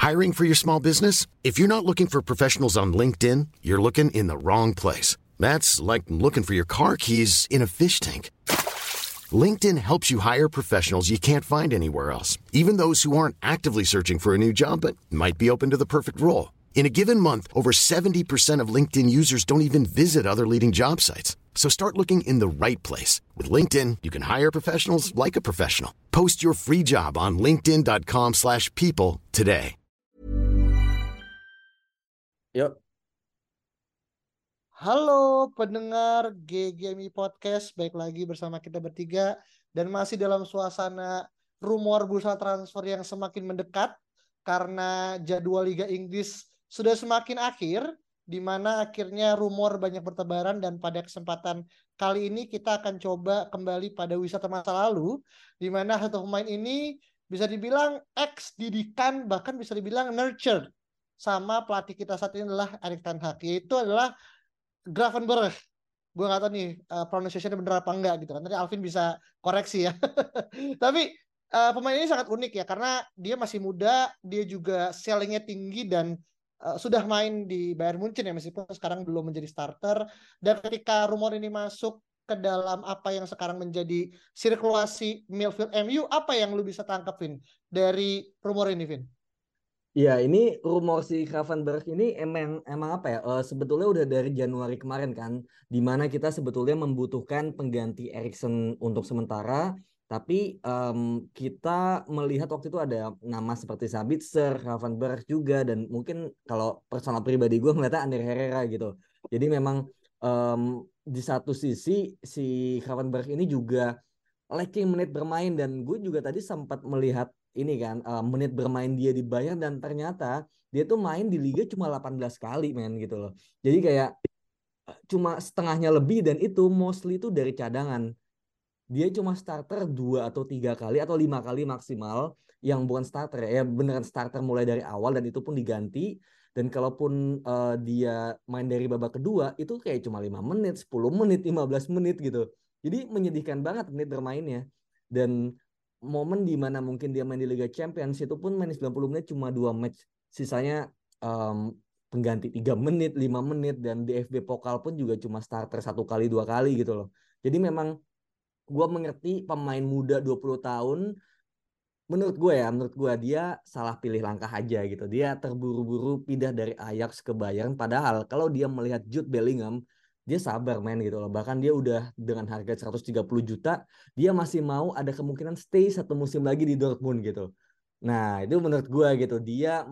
Hiring for your small business? If you're not looking for professionals on LinkedIn, you're looking in the wrong place. That's like looking for your car keys in a fish tank. LinkedIn helps you hire professionals you can't find anywhere else, even those who aren't actively searching for a new job but might be open to the perfect role. In a given month, over 70% of LinkedIn users don't even visit other leading job sites. So start looking in the right place. With LinkedIn, you can hire professionals like a professional. Post your free job on linkedin.com/people today. Yuk, Halo pendengar GGMI Podcast, baik lagi bersama kita bertiga dan masih dalam suasana rumor bursa transfer yang semakin mendekat karena jadwal Liga Inggris sudah semakin akhir, di mana akhirnya rumor banyak bertebaran dan pada kesempatan kali ini kita akan coba kembali pada wisata masa lalu, di mana satu pemain ini bisa dibilang ex-didikan, bahkan bisa dibilang nurtured sama pelatih kita saat ini adalah Erik ten Hag, yaitu adalah Gravenberch. Gue gak tahu nih pronunciation-nya bener apa enggak gitu kan. Nanti Alvin bisa koreksi ya. Tapi pemain ini sangat unik ya, karena dia masih muda, dia juga ceiling-nya tinggi dan sudah main di Bayern Munchen ya, meskipun sekarang belum menjadi starter. Dan ketika rumor ini masuk ke dalam apa yang sekarang menjadi sirkulasi midfield MU, apa yang lu bisa tangkap, Vin, dari rumor ini, Vin? ya ini rumor si Gravenberch ini emang apa ya? Sebetulnya udah dari Januari kemarin kan, di mana kita sebetulnya membutuhkan pengganti Eriksen untuk sementara, tapi kita melihat waktu itu ada nama seperti Sabitzer, Gravenberch juga, dan mungkin kalau personal pribadi gue ngeliatnya Ander Herrera gitu. Jadi memang di satu sisi si Gravenberch ini juga lacking menit bermain, dan gue juga tadi sempat melihat ini kan menit bermain dia di Bayern, dan ternyata dia tuh main di liga cuma 18 kali men gitu loh. Jadi kayak cuma setengahnya lebih, dan itu mostly itu dari cadangan. Dia cuma starter 2 atau 3 kali atau 5 kali maksimal yang bukan starter ya, beneran starter mulai dari awal dan itu pun diganti. Dan kalaupun dia main dari babak kedua itu kayak cuma 5 menit, 10 menit, 15 menit gitu. Jadi menyedihkan banget menit bermainnya. Dan momen di mana mungkin dia main di Liga Champions itu pun main 90 menit cuma 2 match. Sisanya um, pengganti 3 menit, 5 menit, dan di FB Pokal pun juga cuma starter 1 kali 2 kali gitu loh. Jadi memang gue mengerti pemain muda 20 tahun, menurut gue dia salah pilih langkah aja gitu. Dia terburu-buru pindah dari Ajax ke Bayern, padahal kalau dia melihat Jude Bellingham, dia sabar main gitu loh. Bahkan dia udah dengan harga 130 juta, dia masih mau ada kemungkinan stay 1 musim lagi di Dortmund gitu. Nah, itu menurut gue gitu. Dia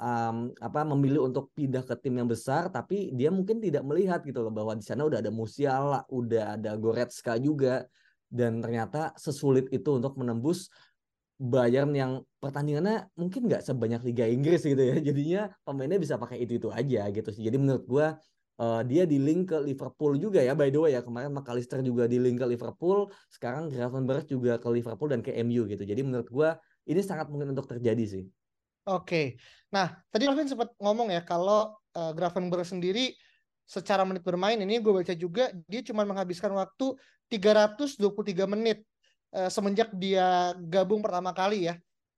memilih untuk pindah ke tim yang besar, tapi dia mungkin tidak melihat gitu loh bahwa di sana udah ada Musiala, udah ada Goretzka juga, dan ternyata sesulit itu untuk menembus Bayern yang pertandingannya mungkin nggak sebanyak Liga Inggris gitu ya. Jadinya pemainnya bisa pakai itu aja gitu sih. Jadi menurut gue dia di link ke Liverpool juga ya, by the way ya. Kemarin McAllister juga di link ke Liverpool, sekarang Gravenberch juga ke Liverpool dan ke MU gitu. Jadi menurut gue ini sangat mungkin untuk terjadi sih. Oke. Nah, tadi Alvin sempat ngomong ya kalau Gravenberch sendiri secara menit bermain ini gue baca juga dia cuma menghabiskan waktu 323 menit semenjak dia gabung pertama kali ya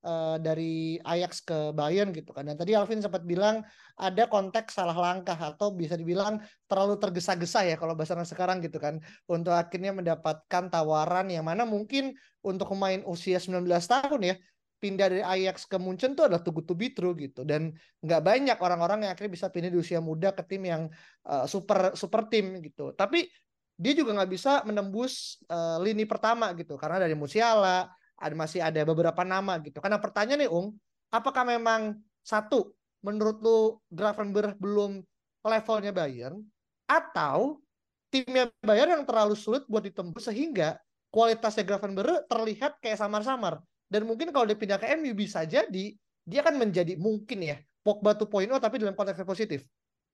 dari Ajax ke Bayern gitu kan. Dan tadi Alvin sempat bilang ada konteks salah langkah atau bisa dibilang terlalu tergesa-gesa ya kalau bahasa sekarang gitu kan, untuk akhirnya mendapatkan tawaran yang mana mungkin untuk pemain usia 19 tahun ya pindah dari Ajax ke Munchen tuh adalah too good to be true gitu, dan nggak banyak orang-orang yang akhirnya bisa pindah di usia muda ke tim yang super tim gitu. Tapi dia juga nggak bisa menembus lini pertama gitu karena dari Musiala masih ada beberapa nama gitu. Karena pertanyaan nih apakah memang satu menurut lu Gravenberch belum levelnya Bayern, atau timnya Bayern yang terlalu sulit buat ditembus sehingga kualitasnya Gravenberch terlihat kayak samar-samar. Dan mungkin kalau dia pindah ke MU bisa jadi dia akan menjadi mungkin ya Pogba 2.0 tapi dalam konteks yang positif.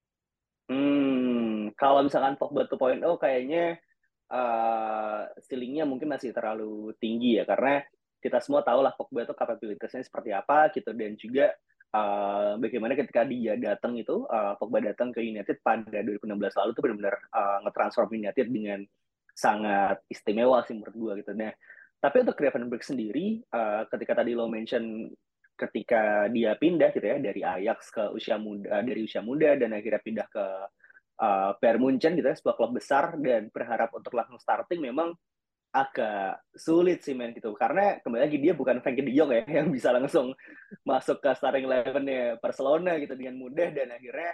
Kalau misalkan Pogba 2.0 kayaknya ceilingnya mungkin masih terlalu tinggi ya, karena kita semua tahu lah Pogba itu kapabilitasnya seperti apa gitu, dan juga bagaimana ketika dia datang itu Pogba datang ke United pada 2016 lalu tuh benar-benar nge-transform United dengan sangat istimewa sih menurut gue gitu. Nah, tapi untuk Gravenberch sendiri ketika tadi lo mention ketika dia pindah gitu ya dari Ajax ke dari usia muda dan akhirnya pindah ke Bayern Munchen gitu ya, sebuah klub besar, dan berharap untuk langsung starting memang agak sulit sih men gitu, karena kembali lagi dia bukan Frenkie de Jong ya yang bisa langsung masuk ke starting eleven-nya Barcelona gitu dengan mudah, dan akhirnya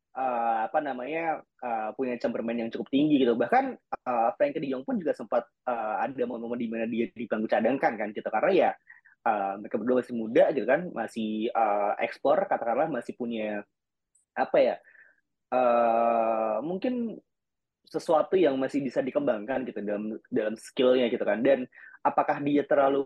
punya jam bermain yang cukup tinggi gitu. Bahkan Frenkie de Jong pun juga sempat ada momen-momen di mana dia di bangku cadangkan kan gitu, karena ya mereka berdua masih muda gitu kan, masih ekspor katakanlah, masih punya apa ya, mungkin sesuatu yang masih bisa dikembangkan gitu dalam dalam skillnya gitu kan. Dan apakah dia terlalu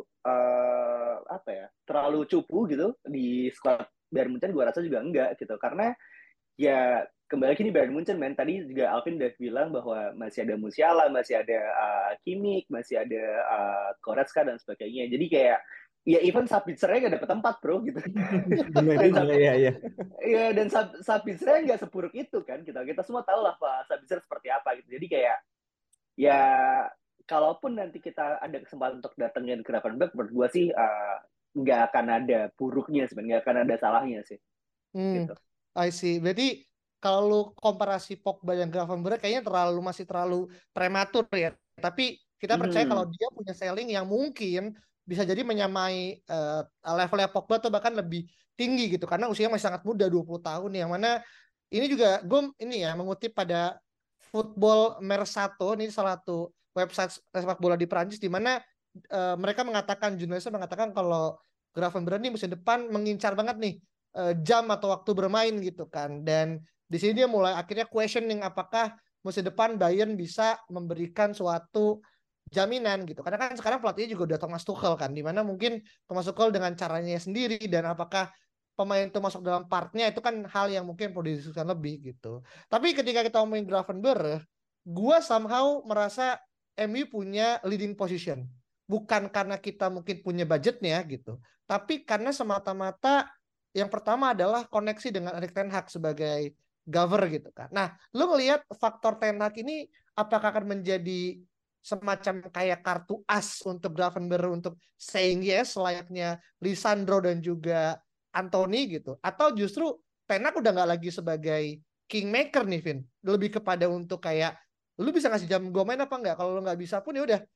terlalu cupu gitu di squad Bayern Munchen, gue rasa juga enggak gitu, karena ya kembali lagi nih Bayern Munchen men, tadi juga Alvin udah bilang bahwa masih ada Musiala, masih ada Kimmich, masih ada Goretzka dan sebagainya, jadi kayak ya even Sabitzer-nya nggak dapet tempat bro gitu. Benar Dan juga ya. ya, dan Sabitzer nggak seburuk itu kan, kita semua tahu lah Pak Sabitzer seperti apa gitu. Jadi kayak ya kalaupun nanti kita ada kesempatan untuk datengin Gravenberch, menurut gue sih nggak akan ada buruknya sebenarnya, nggak akan ada salahnya sih gitu. I see. Berarti kalau lu komparasi Pogba dan Gravenberch kayaknya masih terlalu prematur ya. Tapi kita percaya kalau dia punya selling yang mungkin bisa jadi menyamai levelnya Pogba atau bahkan lebih tinggi gitu, karena usianya masih sangat muda, 20 tahun, yang mana ini juga gue mengutip pada Football Mercato, ini salah satu website sepak bola di Prancis, di mana mereka jurnalisnya mengatakan kalau Gravenberch ini musim depan mengincar banget nih jam atau waktu bermain gitu kan. Dan di sini dia mulai akhirnya questioning apakah musim depan Bayern bisa memberikan suatu jaminan gitu. Karena kan sekarang pelatihnya juga udah Thomas Tuchel kan, dimana mungkin Thomas Tuchel dengan caranya sendiri, dan apakah pemain itu masuk dalam partnya itu kan hal yang mungkin perlu didiskusikan lebih gitu. Tapi ketika kita ngomongin Gravenberch, gue somehow merasa MU punya leading position. Bukan karena kita mungkin punya budgetnya gitu, tapi karena semata-mata yang pertama adalah koneksi dengan Erik ten Hag sebagai gover gitu kan. Nah, lu ngelihat faktor ten Hag ini apakah akan menjadi semacam kayak kartu as untuk Gravenberch untuk saying yes layaknya Lisandro dan juga Anthony gitu, atau justru ten Hag udah nggak lagi sebagai kingmaker nih Vin, lebih kepada untuk kayak lu bisa ngasih jam gue main apa enggak, kalau lu nggak bisa pun ya udah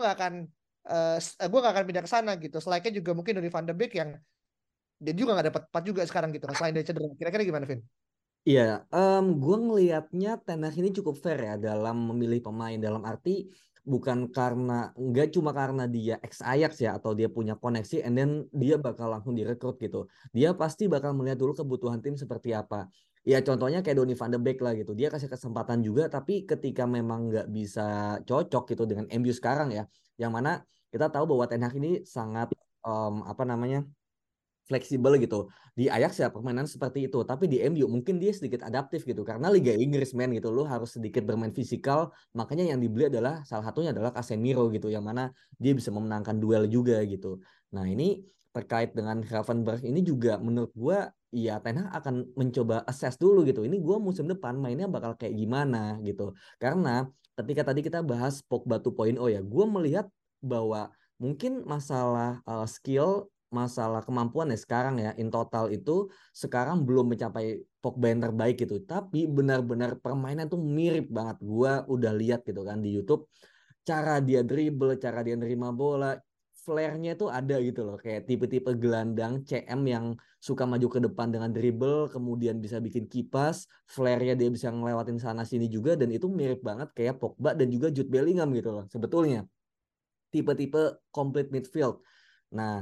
gue nggak akan pindah ke sana gitu. Selainnya juga mungkin dari Van de Beek yang dia juga nggak dapat 4 juga sekarang gitu kan, selain dari cedera. Kira-kira gimana Vin? Iya, gue ngelihatnya Ten Hag ini cukup fair ya dalam memilih pemain, dalam arti bukan karena, nggak cuma karena dia ex Ajax ya atau dia punya koneksi and then dia bakal langsung direkrut gitu. Dia pasti bakal melihat dulu kebutuhan tim seperti apa. Ya contohnya kayak Donny van de Beek lah gitu. Dia kasih kesempatan juga, tapi ketika memang nggak bisa cocok gitu dengan MU sekarang ya, yang mana kita tahu bahwa Ten Hag ini sangat apa namanya, fleksibel gitu. Di Ajax ya permainan seperti itu, tapi di MU mungkin dia sedikit adaptif gitu karena Liga Inggris men gitu, lu harus sedikit bermain fisikal, makanya yang dibeli adalah salah satunya adalah Casemiro gitu, yang mana dia bisa memenangkan duel juga gitu. Nah, ini terkait dengan Gravenberch ini juga menurut gua ya Ten Hag akan mencoba assess dulu gitu. Ini gua musim depan mainnya bakal kayak gimana gitu. Karena ketika tadi kita bahas Pogba 2.0 ya, gua melihat bahwa mungkin masalah skill, masalah kemampuan ya sekarang ya in total itu sekarang belum mencapai Pogba yang terbaik gitu, tapi benar-benar permainan tuh mirip banget. Gua udah lihat gitu kan di YouTube cara dia dribble, cara dia nerima bola, flare-nya tuh ada gitu loh, kayak tipe-tipe gelandang CM yang suka maju ke depan dengan dribble kemudian bisa bikin kipas, flare-nya dia bisa ngelewatin sana sini juga, dan itu mirip banget kayak Pogba dan juga Jude Bellingham gitu loh sebetulnya, tipe-tipe complete midfield. Nah,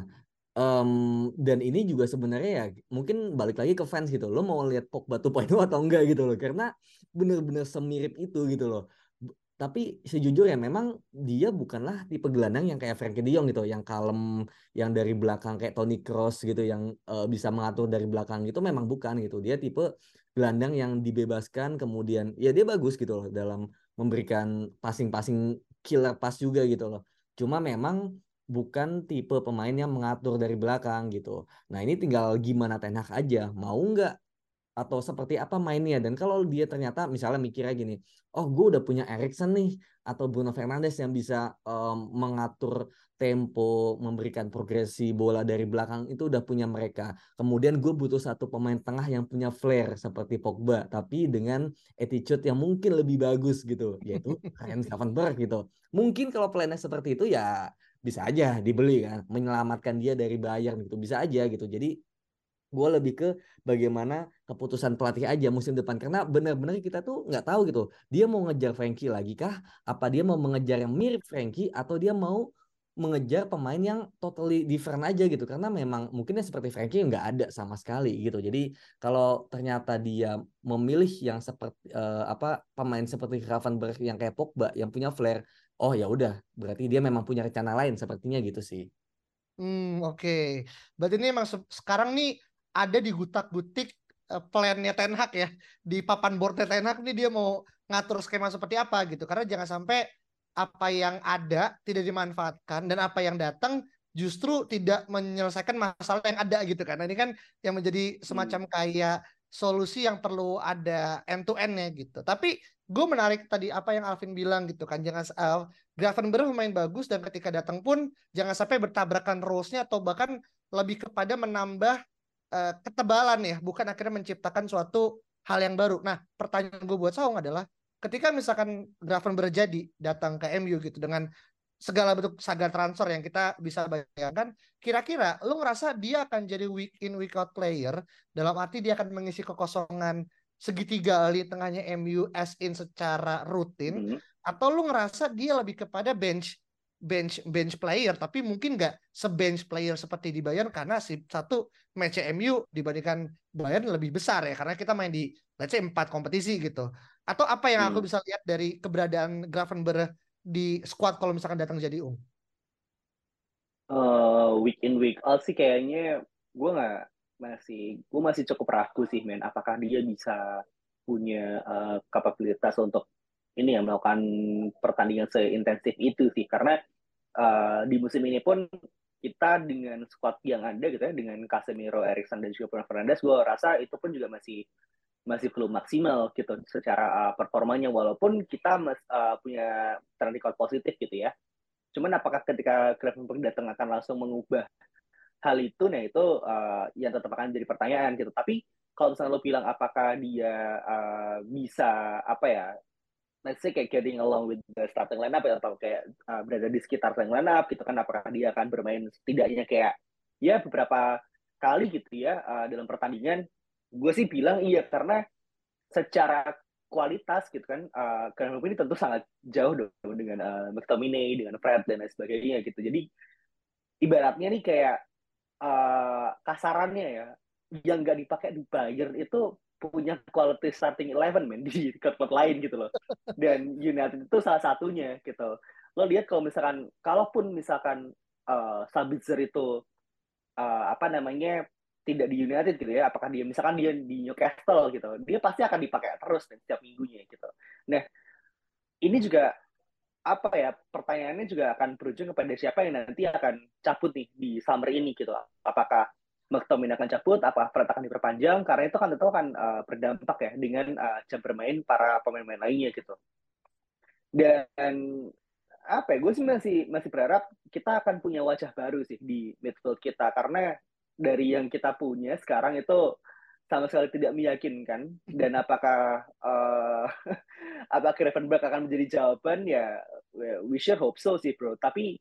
dan ini juga sebenarnya ya mungkin balik lagi ke fans gitu. Lo mau lihat Pogba 2.0 atau enggak gitu loh. Karena bener-bener semirip itu gitu loh. Tapi sejujurnya memang dia bukanlah tipe gelandang yang kayak Frenkie de Jong gitu, yang kalem, yang dari belakang kayak Toni Kroos gitu, yang bisa mengatur dari belakang gitu, memang bukan gitu. Dia tipe gelandang yang dibebaskan, kemudian ya dia bagus gitu loh dalam memberikan passing-passing killer pass juga gitu loh. Cuma memang bukan tipe pemain yang mengatur dari belakang gitu. Nah, ini tinggal gimana Ten Hag aja, mau nggak atau seperti apa mainnya. Dan kalau dia ternyata misalnya mikirnya gini, oh gue udah punya Eriksen nih atau Bruno Fernandes yang bisa mengatur tempo, memberikan progresi bola dari belakang, itu udah punya mereka. Kemudian gue butuh satu pemain tengah yang punya flair seperti Pogba, tapi dengan attitude yang mungkin lebih bagus gitu, yaitu Ryan Gravenberch gitu. Mungkin kalau plannya seperti itu ya bisa aja dibeli kan, menyelamatkan dia dari Bayern gitu, bisa aja gitu. Jadi gue lebih ke bagaimana keputusan pelatih aja musim depan, karena benar-benar kita tuh nggak tahu gitu dia mau ngejar Frankie lagi kah, apa dia mau mengejar yang mirip Frankie, atau dia mau mengejar pemain yang totally different aja gitu, karena memang mungkinnya seperti Frankie nggak ada sama sekali gitu. Jadi kalau ternyata dia memilih yang seperti pemain seperti Gravenberch yang kayak Pogba yang punya flair, oh ya udah berarti dia memang punya rencana lain sepertinya gitu sih. Oke. Berarti ini emang sekarang nih ada di gutak-gutik plannya Ten Hag ya. Di papan boardnya Ten Hag nih dia mau ngatur skema seperti apa gitu. Karena jangan sampai apa yang ada tidak dimanfaatkan dan apa yang datang justru tidak menyelesaikan masalah yang ada gitu kan. Nah, ini kan yang menjadi semacam kayak solusi yang perlu ada end to end-nya gitu. Tapi gue menarik tadi apa yang Alvin bilang gitu kan. Jangan Gravenberch pemain bagus dan ketika datang pun jangan sampai bertabrakan rules-nya atau bahkan lebih kepada menambah ketebalan ya, bukan akhirnya menciptakan suatu hal yang baru. Nah, pertanyaan gue buat Saung adalah ketika misalkan Gravenberch jadi datang ke MU gitu dengan segala bentuk saga transfer yang kita bisa bayangkan, kira-kira lu ngerasa dia akan jadi week in week out player dalam arti dia akan mengisi kekosongan segitiga lini tengahnya MU as in secara rutin, atau lu ngerasa dia lebih kepada bench player tapi mungkin nggak sebench player seperti di Bayern karena satu match MU dibandingkan Bayern lebih besar ya karena kita main di let's say 4 kompetisi gitu. Atau apa yang aku bisa lihat dari keberadaan Gravenberch di squad kalau misalkan datang jadi Week in week out sih kayaknya gue masih cukup ragu sih men, apakah dia bisa punya kapabilitas untuk ini ya melakukan pertandingan seintensif itu sih, karena di musim ini pun kita dengan squad yang ada gitu ya, dengan Casemiro, Eriksen dan juga Bruno Fernandes, gue rasa itu pun juga masih belum maksimal gitu secara performanya, walaupun kita punya track record positif gitu ya. Cuman apakah ketika Gravenberch datang akan langsung mengubah hal itu, nah itu yang tetap akan jadi pertanyaan gitu. Tapi kalau misalnya lo bilang apakah dia bisa apa ya, let's say kayak getting along with the starting lineup ya, atau kayak berada di sekitar starting lineup gitu kan, apakah dia akan bermain setidaknya kayak ya beberapa kali gitu ya dalam pertandingan, gue sih bilang iya, karena secara kualitas gitu kan Gravenberch ini tentu sangat jauh dong dengan McTominay, dengan Fred dan lain sebagainya gitu. Jadi ibaratnya nih kayak kasarannya ya, yang nggak dipakai di Bayern itu punya quality starting 11 men di klub lain gitu loh. Dan United itu salah satunya gitu. Lo lihat kalau misalkan, kalaupun misalkan Sabitzer itu apa namanya tidak di United gitu ya, apakah dia misalkan dia di Newcastle gitu, dia pasti akan dipakai terus nih, setiap minggunya gitu. Nah, ini juga apa ya, pertanyaannya juga akan berujung kepada siapa yang nanti akan cabut nih di summer ini gitu. Apakah McTominay akan cabut, apakah Fred akan diperpanjang, karena itu kan tentu akan berdampak ya dengan jam bermain para pemain-pemain lainnya gitu. Dan apa ya, gue sih masih berharap kita akan punya wajah baru sih di midfield kita, karena dari yang kita punya sekarang itu sama sekali tidak meyakinkan. Dan apakah apakah Gravenberch akan menjadi jawaban ya, we sure hope so sih bro. Tapi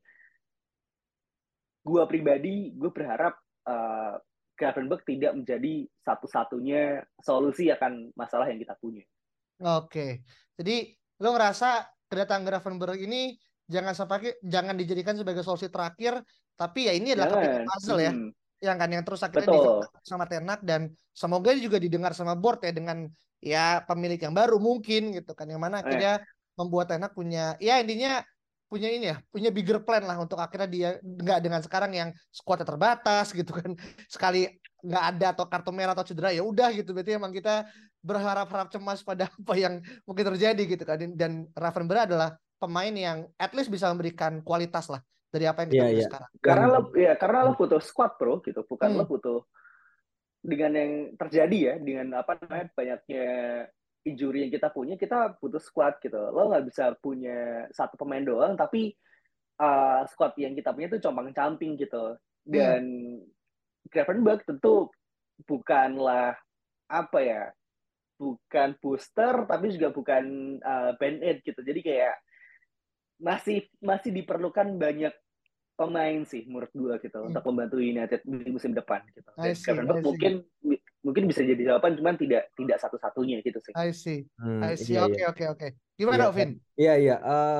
gue pribadi gue berharap Gravenberch tidak menjadi satu-satunya solusi akan masalah yang kita punya. Oke. Jadi lo ngerasa kedatangan Gravenberch ini jangan dijadikan sebagai solusi terakhir, tapi ya ini adalah kepingan puzzle ya. Yang kan yang terus akhirnya dikembangkan sama Ten Hag, dan semoga juga didengar sama board ya dengan ya pemilik yang baru mungkin gitu kan, yang mana akhirnya membuat Ten Hag punya ya intinya punya ini ya, punya bigger plan lah untuk akhirnya dia nggak dengan sekarang yang skuadnya terbatas gitu kan, sekali nggak ada atau kartu merah atau cedera ya udah gitu, berarti emang kita berharap-harap cemas pada apa yang mungkin terjadi gitu kan. Dan Gravenberch adalah pemain yang at least bisa memberikan kualitas lah dari apa yang kita punya sekarang. Karena lo butuh squad bro gitu, bukan lo butuh dengan yang terjadi ya, dengan apa namanya banyaknya injury yang kita punya, kita butuh squad gitu. Lo nggak bisa punya satu pemain doang, tapi squad yang kita punya itu compang-camping gitu. Dan Gravenberch tentu bukanlah apa ya, bukan booster tapi juga bukan band-aid gitu. Jadi kayak masih masih diperlukan banyak pemain sih menurut gua gitu untuk membantu United di musim depan gitu. I Dan see, Gravenberch I see, mungkin bisa jadi jawaban, cuman tidak satu-satunya gitu sih. I see, I see. Iya, iya. Oke. Iya, Gimana, Vin? iya, iya.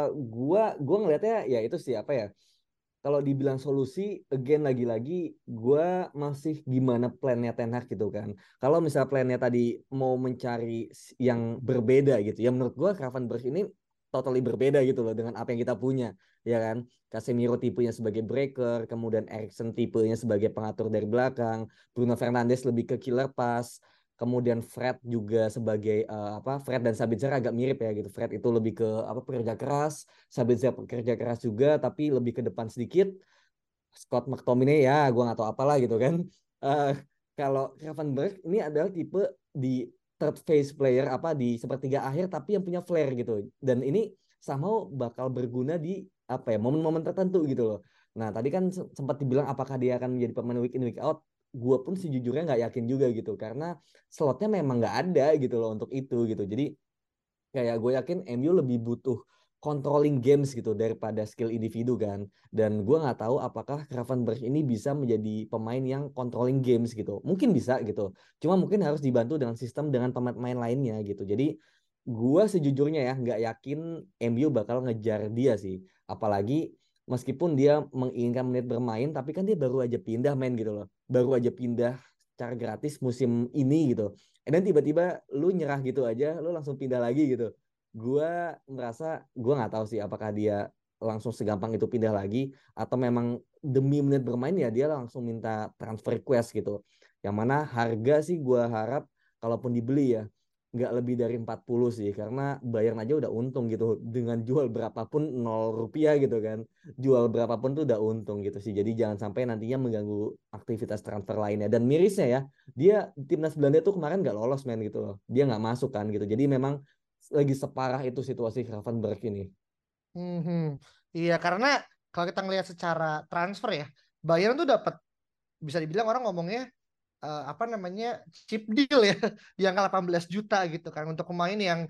Gua ngelihatnya ya itu sih apa ya? Kalau dibilang solusi, again lagi-lagi, gua masih gimana plannya Ten Hag gitu kan. Kalau misal plannya tadi mau mencari yang berbeda gitu, ya menurut gua Gravenberch ini totally berbeda gitu loh dengan apa yang kita punya, ya kan. Casemiro tipenya sebagai breaker, kemudian Eriksen tipenya sebagai pengatur dari belakang, Bruno Fernandes lebih ke killer pass. Kemudian Fred juga sebagai Fred dan Sabitzer agak mirip ya gitu. Fred itu lebih ke pekerja keras, Sabitzer pekerja keras juga tapi lebih ke depan sedikit. Scott McTominay ya gue nggak tahu apalah gitu kan. Eh, Kalau Gravenberch ini adalah tipe di third phase player di sepertiga akhir tapi yang punya flair gitu. Dan ini somehow bakal berguna di momen-momen tertentu gitu loh. Nah tadi kan sempat dibilang apakah dia akan menjadi pemain week in week out. Gue pun sejujurnya nggak yakin juga gitu karena slotnya memang nggak ada gitu loh untuk itu gitu. Jadi kayak gue yakin MU lebih butuh controlling games gitu daripada skill individu kan. Dan gue nggak tahu apakah Gravenberch ini bisa menjadi pemain yang controlling games gitu. Mungkin bisa gitu. Cuma mungkin harus dibantu dengan sistem dengan pemain-pemain lainnya gitu. Jadi gue sejujurnya ya nggak yakin MU bakal ngejar dia sih. Apalagi meskipun dia menginginkan menit bermain, tapi kan dia baru aja pindah main gitu loh. Baru aja pindah secara gratis musim ini gitu. Dan tiba-tiba lu nyerah gitu aja, lu langsung pindah lagi gitu. Gua nggak tahu sih apakah dia langsung segampang itu pindah lagi atau memang demi menit bermain ya dia langsung minta transfer request gitu. Yang mana harga sih gua harap kalaupun dibeli ya nggak lebih dari 40 sih karena Bayern aja udah untung gitu dengan jual berapapun 0 rupiah gitu kan, jual berapapun tuh udah untung gitu sih. Jadi jangan sampai nantinya mengganggu aktivitas transfer lainnya. Dan mirisnya ya dia timnas Belanda tuh kemarin nggak lolos main gitu loh, dia nggak masuk kan gitu. Jadi memang lagi separah itu situasi Gravenberch ini. Iya, karena kalau kita ngelihat secara transfer ya, Bayern tuh dapat, bisa dibilang orang ngomongnya apa namanya, cheap deal ya, di angka 18 juta gitu kan untuk pemain yang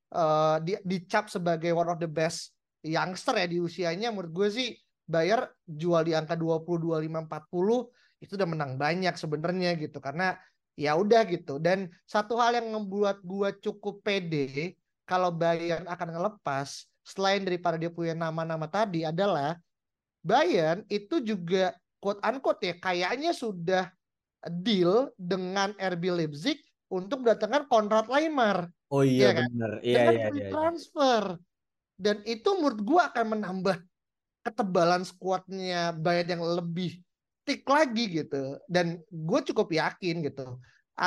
dicap sebagai one of the best youngster ya di usianya. Menurut gue sih Bayer jual di angka 20, 25, 40 itu udah menang banyak sebenarnya gitu, karena ya udah gitu. Dan satu hal yang membuat gue cukup pede kalau Bayern akan ngelepas, selain daripada dia punya nama-nama tadi, adalah Bayern itu juga quote unquote ya kayaknya sudah deal dengan RB Leipzig untuk mendatangkan Konrad Laimer, Oh iya ya kan? benar. Iya Dengan iya free iya. Iya. transfer. Dan itu menurut gue akan menambah ketebalan skuadnya Bayern yang lebih thick lagi gitu. Dan gue cukup yakin gitu.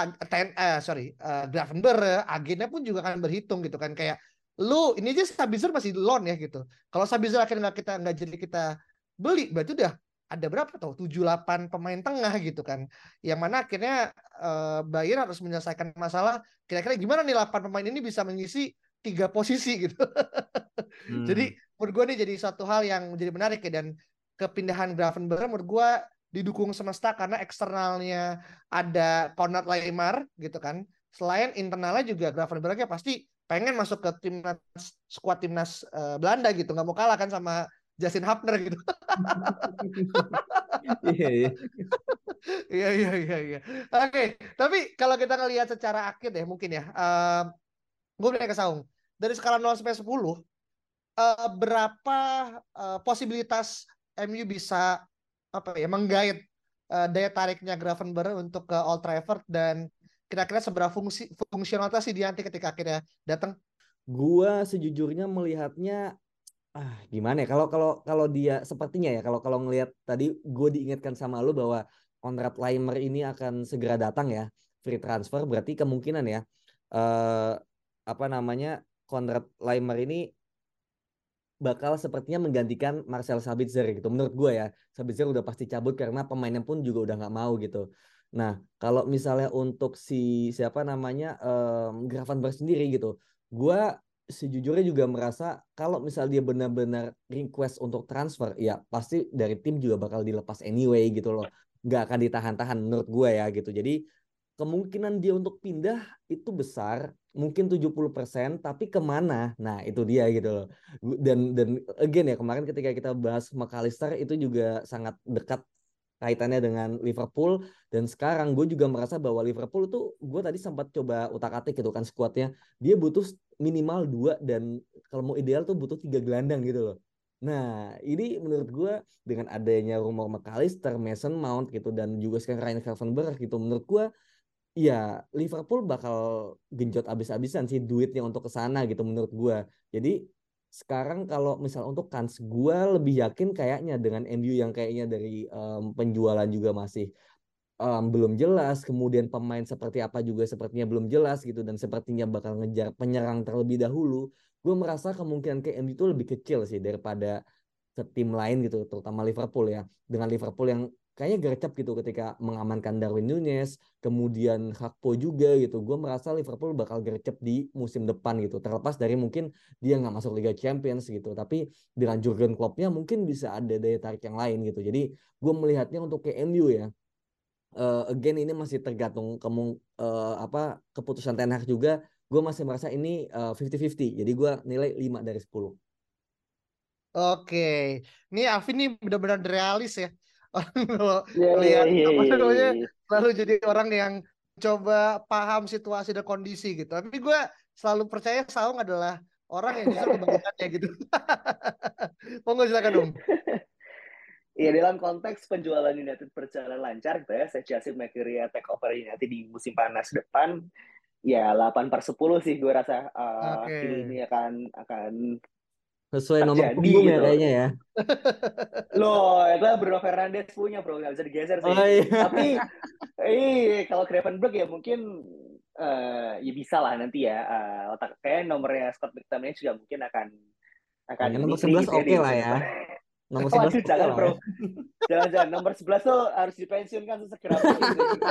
Gravenberch, agennya pun juga akan berhitung gitu kan, kayak lu ini aja Sabitzer masih loan ya gitu. Kalau Sabitzer akhirnya nggak jadi kita beli, berarti udah ada berapa tuh 7-8 pemain tengah gitu kan, yang mana akhirnya Bayern harus menyelesaikan masalah kira-kira gimana nih 8 pemain ini bisa mengisi 3 posisi gitu. Jadi menurut gue nih jadi satu hal yang menjadi menarik ya. Dan kepindahan Gravenberch menurut gue didukung semesta karena eksternalnya ada Konrad Laimer gitu kan. Selain internalnya juga Gravenberch ya pasti pengen masuk ke timnas, skuad timnas Belanda gitu, nggak mau kalah kan sama Justin Hapner gitu. Iya iya. Iya. Oke, tapi kalau kita ngelihat secara akhir deh mungkin ya, gue bilang ke Saung, dari skala 0 sampai 10, berapa posibilitas MU bisa apa ya menggait daya tariknya Gravenberch untuk ke Old Trafford, dan kira-kira seberapa fungsionalitas sih dia nanti ketika akhirnya datang? Gua sejujurnya melihatnya gimana ya, kalau kalau kalau dia sepertinya ya, kalau kalau ngelihat tadi gue diingatkan sama lu bahwa Konrad Laimer ini akan segera datang ya, free transfer, berarti kemungkinan ya eh Konrad Laimer ini bakal sepertinya menggantikan Marcel Sabitzer gitu menurut gue ya. Sabitzer udah pasti cabut karena pemainnya pun juga udah nggak mau gitu. Nah, kalau misalnya untuk siapa namanya Gravenberch sendiri gitu, gue sejujurnya juga merasa kalau misal dia benar-benar request untuk transfer, ya pasti dari tim juga bakal dilepas anyway gitu loh, nggak akan ditahan-tahan menurut gue ya gitu. Jadi kemungkinan dia untuk pindah itu besar, mungkin 70%, tapi kemana? Nah itu dia gitu loh. Dan again ya, kemarin ketika kita bahas McAllister itu juga sangat dekat kaitannya dengan Liverpool, dan sekarang gue juga merasa bahwa Liverpool itu, gue tadi sempat coba utak-atik gitu kan skuadnya, dia butuh minimal 2 dan kalau mau ideal tuh butuh 3 gelandang gitu loh. Nah ini menurut gue dengan adanya rumor McAllister, Mason Mount gitu, dan juga sekarang Ryan Gravenberch gitu, menurut gue ya Liverpool bakal genjot abis-abisan sih duitnya untuk ke sana gitu menurut gua. Jadi sekarang kalau misal untuk kans, gua lebih yakin kayaknya dengan MU yang kayaknya dari penjualan juga masih belum jelas, kemudian pemain seperti apa juga sepertinya belum jelas gitu, dan sepertinya bakal ngejar penyerang terlebih dahulu. Gue merasa kemungkinan ke MU itu lebih kecil sih daripada ke tim lain gitu, terutama Liverpool ya. Dengan Liverpool yang kayaknya gercep gitu ketika mengamankan Darwin Núñez, kemudian Gakpo juga gitu. Gue merasa Liverpool bakal gercep di musim depan gitu. Terlepas dari mungkin dia nggak masuk Liga Champions gitu, tapi dengan Jurgen Klopp-nya mungkin bisa ada daya tarik yang lain gitu. Jadi gue melihatnya untuk ke MU ya. Again ini masih tergantung keputusan Ten Hag juga. Gue masih merasa ini 50-50. Jadi gue nilai 5 dari 10. Oke, ini Alvin nih benar-benar realis ya. Orang kalau Iya, iya, lihat iya, apa iya, namanya iya. selalu jadi orang yang coba paham situasi dan kondisi gitu. Tapi gue selalu percaya Saung adalah orang yang justru kebalikannya gitu. Monggo silakan Om. Iya, dalam konteks penjualan United berjalan lancar gitu ya, Solskjaer Maguire take over United di musim panas depan, ya 8/10 sih gue rasa deal Oke. ini akan Sesuai nomor terjadi punggung ya gitu. kayaknya ya. Loh, itu Bruno Fernandes punya bro, nggak bisa digeser Oh sih. iya. Tapi, kalau Gravenberch ya mungkin ya bisa lah nanti ya. Otak kayak nomornya Scott McTominay juga mungkin akan Ya, ini nomor free 11 gitu ya oke di lah musim ya. depan. Nomor 11 Waduh, oke jangan lah ya. bro. Jangan-jangan nomor 11 tuh harus dipensiunkan sesegera mungkin.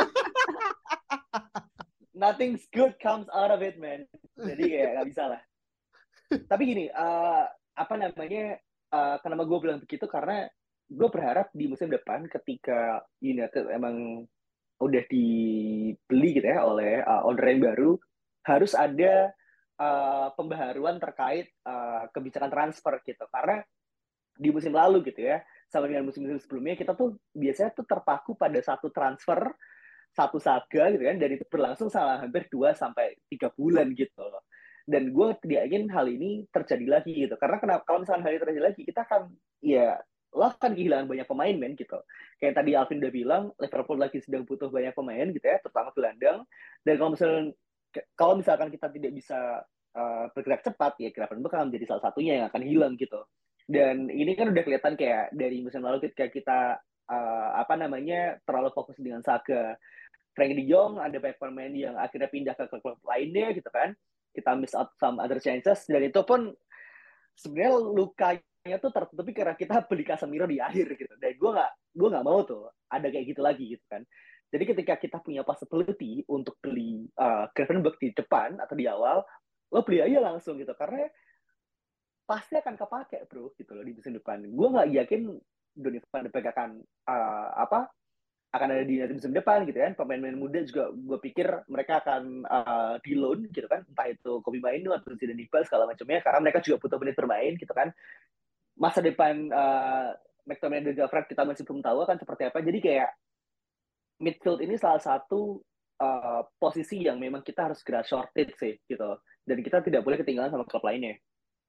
Nothing good comes out of it, man. Jadi kayak nggak bisa lah. Tapi gini, apa namanya, kenapa gue bilang begitu, karena gue berharap di musim depan ketika United emang udah dibeli gitu ya oleh owner yang baru, harus ada pembaharuan terkait kebijakan transfer gitu. Karena di musim lalu gitu ya, sama dengan musim-musim sebelumnya, kita tuh biasanya tuh terpaku pada satu transfer, satu saga gitu kan, dan itu berlangsung selama hampir 2 sampai 3 bulan gitu loh. Dan gue tidak ingin hal ini terjadi lagi gitu, karena kalau misalnya hal ini terjadi lagi, kita akan ya lo akan kehilangan banyak pemain men gitu. Kayak tadi Alvin udah bilang, Liverpool lagi sedang butuh banyak pemain gitu ya, terutama gelandang. Dan kalau misalkan kita tidak bisa bergerak cepat, ya Gravenberch akan menjadi salah satunya yang akan hilang gitu. Dan ini kan udah kelihatan kayak dari musim lalu ketika kita apa namanya terlalu fokus dengan saga Frank De Jong, ada banyak pemain yang akhirnya pindah ke klub lainnya gitu kan. Kita miss out some other chances, dan itu pun sebenarnya lukanya tuh tertutupi karena kita beli Casemiro di akhir gitu. Dan gue nggak mau tuh ada kayak gitu lagi gitu kan. Jadi ketika kita punya possibility untuk beli Gravenberch di depan atau di awal, lo beli aja langsung gitu, karena pasti akan kepake bro gitu loh di musim depan. Gue nggak yakin Donny van de Beek akan ada di United musim depan gitu kan. Pemain-pemain muda juga gue pikir mereka akan di loan gitu kan, entah itu Kobe Mainu atau Zidane Iqbal segala macamnya, karena mereka juga butuh menit bermain gitu kan. Masa depan McTominay dan Gavrat kita masih belum tahu akan seperti apa. Jadi kayak midfield ini salah satu posisi yang memang kita harus segera shorted sih gitu, dan kita tidak boleh ketinggalan sama klub lainnya.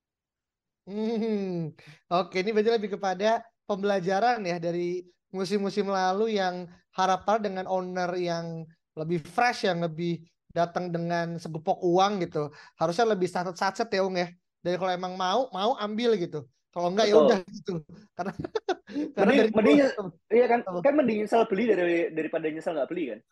Oke, ini berarti lebih kepada pembelajaran ya dari musim-musim lalu yang harapan dengan owner yang lebih fresh, yang lebih datang dengan segepok uang gitu. Harusnya lebih satset-satset ya, Ung ya. Dari kalau emang mau ambil gitu. Kalau enggak ya udah Betul. gitu. Karena karena Mending, dari mending iya kan, kan mending nyesel beli daripada nyesel nggak beli kan.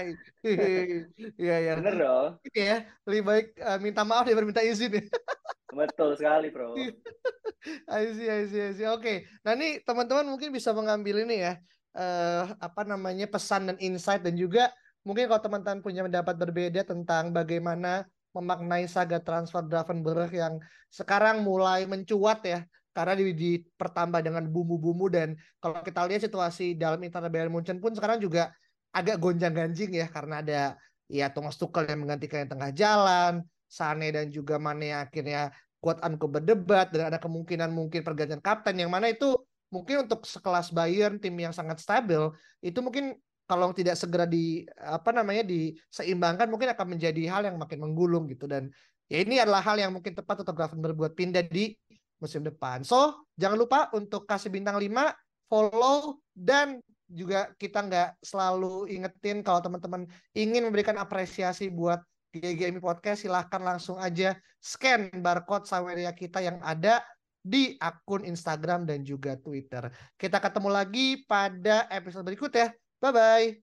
Iya ya. Bener dong. Ini ya, lebih baik minta maaf daripada minta izin ya. Betul sekali, bro. I see. Oke. Nah, ini teman-teman mungkin bisa mengambil ini ya, pesan dan insight, dan juga mungkin kalau teman-teman punya pendapat berbeda tentang bagaimana memaknai saga transfer Gravenberch yang sekarang mulai mencuat ya, karena dipertambah dengan bumbu-bumbu, dan kalau kita lihat situasi dalam internal Bayern Munchen pun sekarang juga agak gonjang-ganjing ya, karena ada ya Thomas Tuchel yang menggantikan yang tengah jalan, Sané dan juga Mane akhirnya quote unquote berdebat, dan ada kemungkinan mungkin pergantian kapten, yang mana itu mungkin untuk sekelas Bayern, tim yang sangat stabil, itu mungkin kalau tidak segera diseimbangkan mungkin akan menjadi hal yang makin menggulung gitu. Dan ya ini adalah hal yang mungkin tepat untuk Gravenberch buat pindah di musim depan. So jangan lupa untuk kasih bintang 5, follow, dan juga kita nggak selalu ingetin kalau teman-teman ingin memberikan apresiasi buat GGMI Podcast, silahkan langsung aja scan barcode Saweria kita yang ada di akun Instagram dan juga Twitter. Kita ketemu lagi pada episode berikut ya. Bye-bye.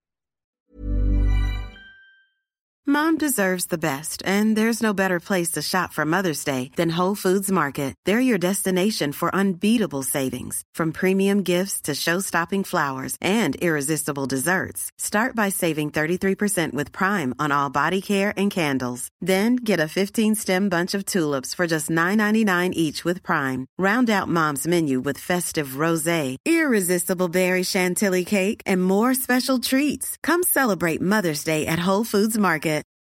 Mom deserves the best, and there's no better place to shop for Mother's Day than Whole Foods Market. They're your destination for unbeatable savings, from premium gifts to show-stopping flowers and irresistible desserts. Start by saving 33% with Prime on all body care and candles. Then get a 15-stem bunch of tulips for just $9.99 each with Prime. Round out Mom's menu with festive rosé, irresistible berry chantilly cake, and more special treats. Come celebrate Mother's Day at Whole Foods Market